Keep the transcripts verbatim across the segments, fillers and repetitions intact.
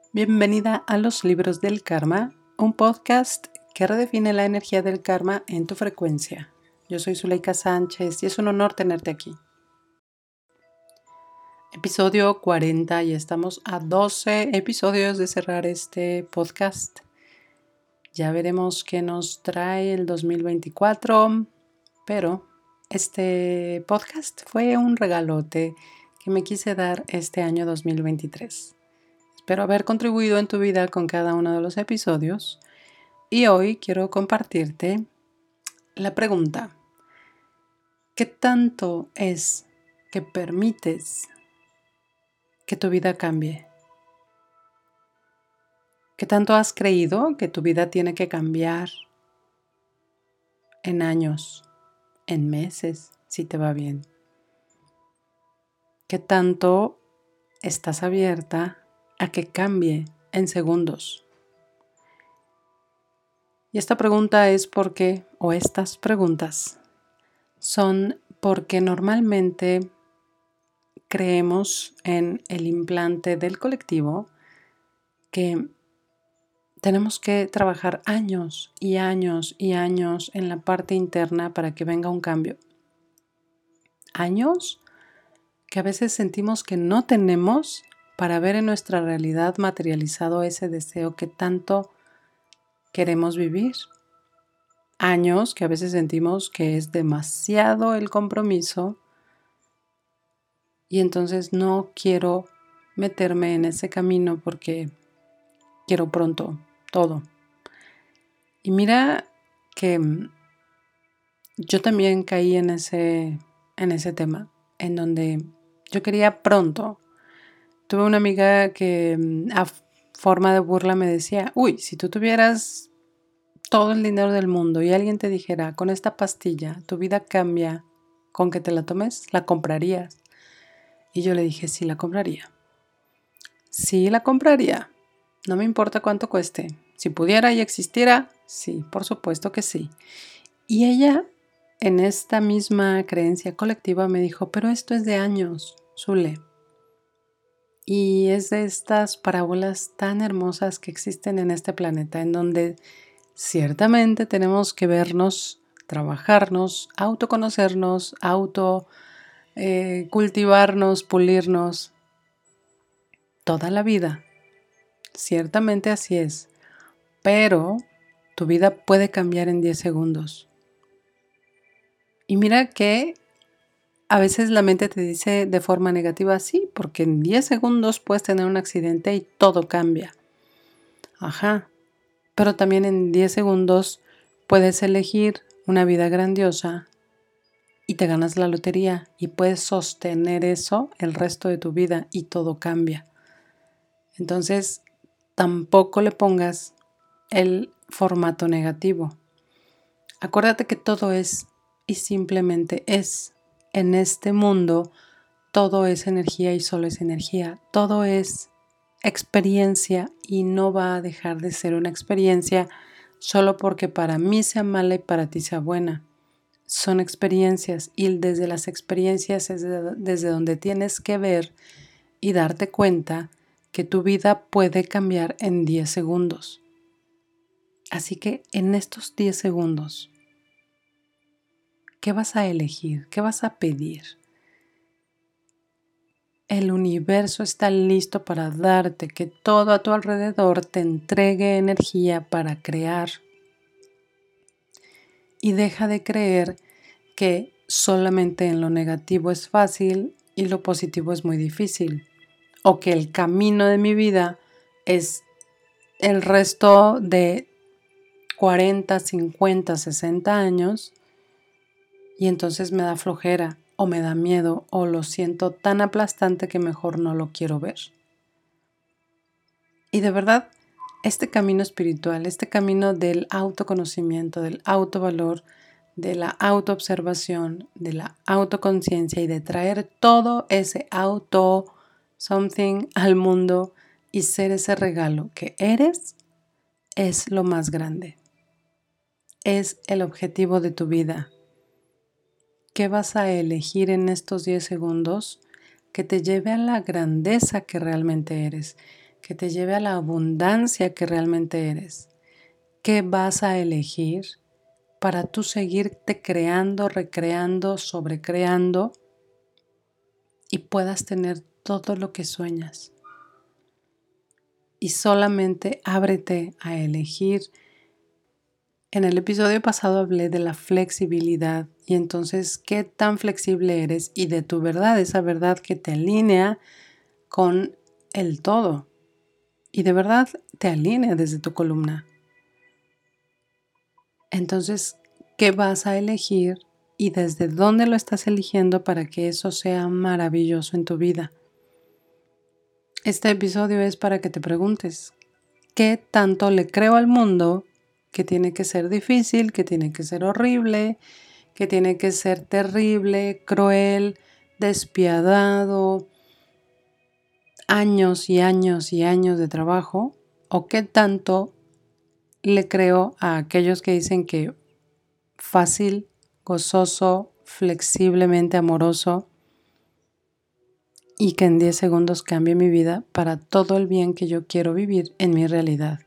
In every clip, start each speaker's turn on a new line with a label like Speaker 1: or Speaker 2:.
Speaker 1: Bienvenida a Los Libros del Karma, un podcast que redefine la energía del karma en tu frecuencia. Yo soy Zuleika Sánchez y es un honor tenerte aquí. Episodio cuarenta y estamos a doce episodios de cerrar este podcast. Ya veremos qué nos trae el dos mil veinticuatro, pero este podcast fue un regalote que me quise dar este año dos mil veintitrés. Espero haber contribuido en tu vida con cada uno de los episodios y hoy quiero compartirte la pregunta: ¿qué tanto es que permites que tu vida cambie? ¿Qué tanto has creído que tu vida tiene que cambiar en años, en meses, si te va bien? ¿Qué tanto estás abierta a que cambie en segundos? Y esta pregunta es porque, o estas preguntas, son porque normalmente creemos en el implante del colectivo que tenemos que trabajar años y años y años en la parte interna para que venga un cambio. Años que a veces sentimos que no tenemos para ver en nuestra realidad materializado ese deseo que tanto queremos vivir. Años que a veces sentimos que es demasiado el compromiso y entonces no quiero meterme en ese camino porque quiero pronto todo. Y mira que yo también caí en ese, en ese tema, en donde yo quería pronto. Tuve una amiga que a forma de burla me decía: uy, si tú tuvieras todo el dinero del mundo y alguien te dijera, con esta pastilla tu vida cambia con que te la tomes, ¿la comprarías? Y yo le dije: sí, la compraría. Sí, la compraría. No me importa cuánto cueste. Si pudiera y existiera, sí, por supuesto que sí. Y ella, en esta misma creencia colectiva, me dijo: pero esto es de años, Zule. Y es de estas parábolas tan hermosas que existen en este planeta, en donde ciertamente tenemos que vernos, trabajarnos, autoconocernos, auto eh, cultivarnos, pulirnos toda la vida. Ciertamente así es, pero tu vida puede cambiar en diez segundos. Y mira que a veces la mente te dice de forma negativa: sí, porque en diez segundos puedes tener un accidente y todo cambia. Ajá, pero también en diez segundos puedes elegir una vida grandiosa y te ganas la lotería y puedes sostener eso el resto de tu vida y todo cambia. Entonces, tampoco le pongas el formato negativo. Acuérdate que todo es y simplemente es. En este mundo todo es energía y solo es energía. Todo es experiencia y no va a dejar de ser una experiencia solo porque para mí sea mala y para ti sea buena. Son experiencias y desde las experiencias es desde donde tienes que ver y darte cuenta que tu vida puede cambiar en diez segundos. Así que en estos diez segundos, ¿qué vas a elegir? ¿Qué vas a pedir? El universo está listo para darte, que todo a tu alrededor te entregue energía para crear. Y deja de creer que solamente en lo negativo es fácil y lo positivo es muy difícil. O que el camino de mi vida es el resto de cuarenta, cincuenta, sesenta años y entonces me da flojera o me da miedo o lo siento tan aplastante que mejor no lo quiero ver. Y de verdad, este camino espiritual, este camino del autoconocimiento, del autovalor, de la autoobservación, de la autoconciencia y de traer todo ese auto something al mundo y ser ese regalo que eres, es lo más grande. Es el objetivo de tu vida. ¿Qué vas a elegir en estos diez segundos que te lleve a la grandeza que realmente eres? que te lleve a la abundancia que realmente eres. ¿Qué vas a elegir para tú seguirte creando, recreando, sobrecreando y puedas tener todo lo que sueñas? Y solamente ábrete a elegir. En el episodio pasado hablé de la flexibilidad y entonces qué tan flexible eres y de tu verdad, esa verdad que te alinea con el todo y de verdad te alinea desde tu columna. Entonces, ¿qué vas a elegir y desde dónde lo estás eligiendo para que eso sea maravilloso en tu vida? Este episodio es para que te preguntes, ¿qué tanto le creo al mundo que tiene que ser difícil, que tiene que ser horrible, que tiene que ser terrible, cruel, despiadado, años y años y años de trabajo? ¿O qué tanto le creo a aquellos que dicen que fácil, gozoso, flexiblemente amoroso y que en diez segundos cambie mi vida para todo el bien que yo quiero vivir en mi realidad?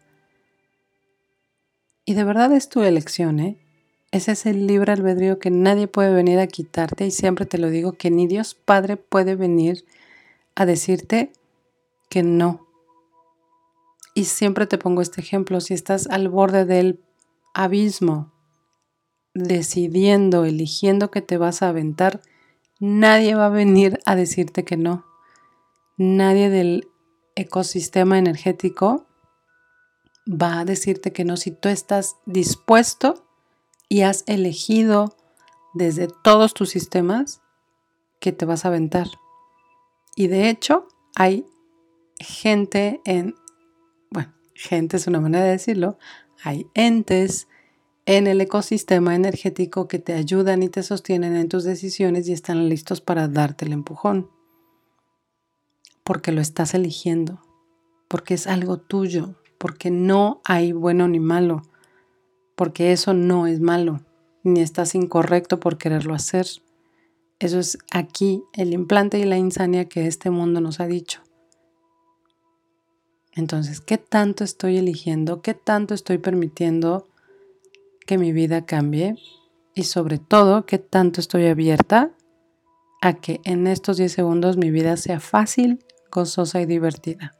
Speaker 1: Y de verdad es tu elección, ¿eh? Ese es el libre albedrío que nadie puede venir a quitarte y siempre te lo digo, que ni Dios Padre puede venir a decirte que no. Y siempre te pongo este ejemplo, si estás al borde del abismo, decidiendo, eligiendo que te vas a aventar, nadie va a venir a decirte que no. Nadie del ecosistema energético va a decirte que no si tú estás dispuesto y has elegido desde todos tus sistemas que te vas a aventar. Y de hecho hay gente en, bueno, gente es una manera de decirlo, hay entes en el ecosistema energético que te ayudan y te sostienen en tus decisiones y están listos para darte el empujón. Porque lo estás eligiendo, porque es algo tuyo, porque no hay bueno ni malo, porque eso no es malo, ni estás incorrecto por quererlo hacer. Eso es aquí el implante y la insania que este mundo nos ha dicho. Entonces, ¿qué tanto estoy eligiendo? ¿Qué tanto estoy permitiendo que mi vida cambie? Y sobre todo, ¿qué tanto estoy abierta a que en estos diez segundos mi vida sea fácil, gozosa y divertida?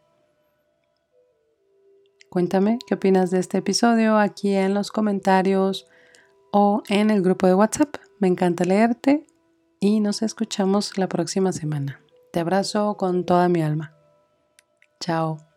Speaker 1: Cuéntame qué opinas de este episodio aquí en los comentarios o en el grupo de WhatsApp. Me encanta leerte y nos escuchamos la próxima semana. Te abrazo con toda mi alma. Chao.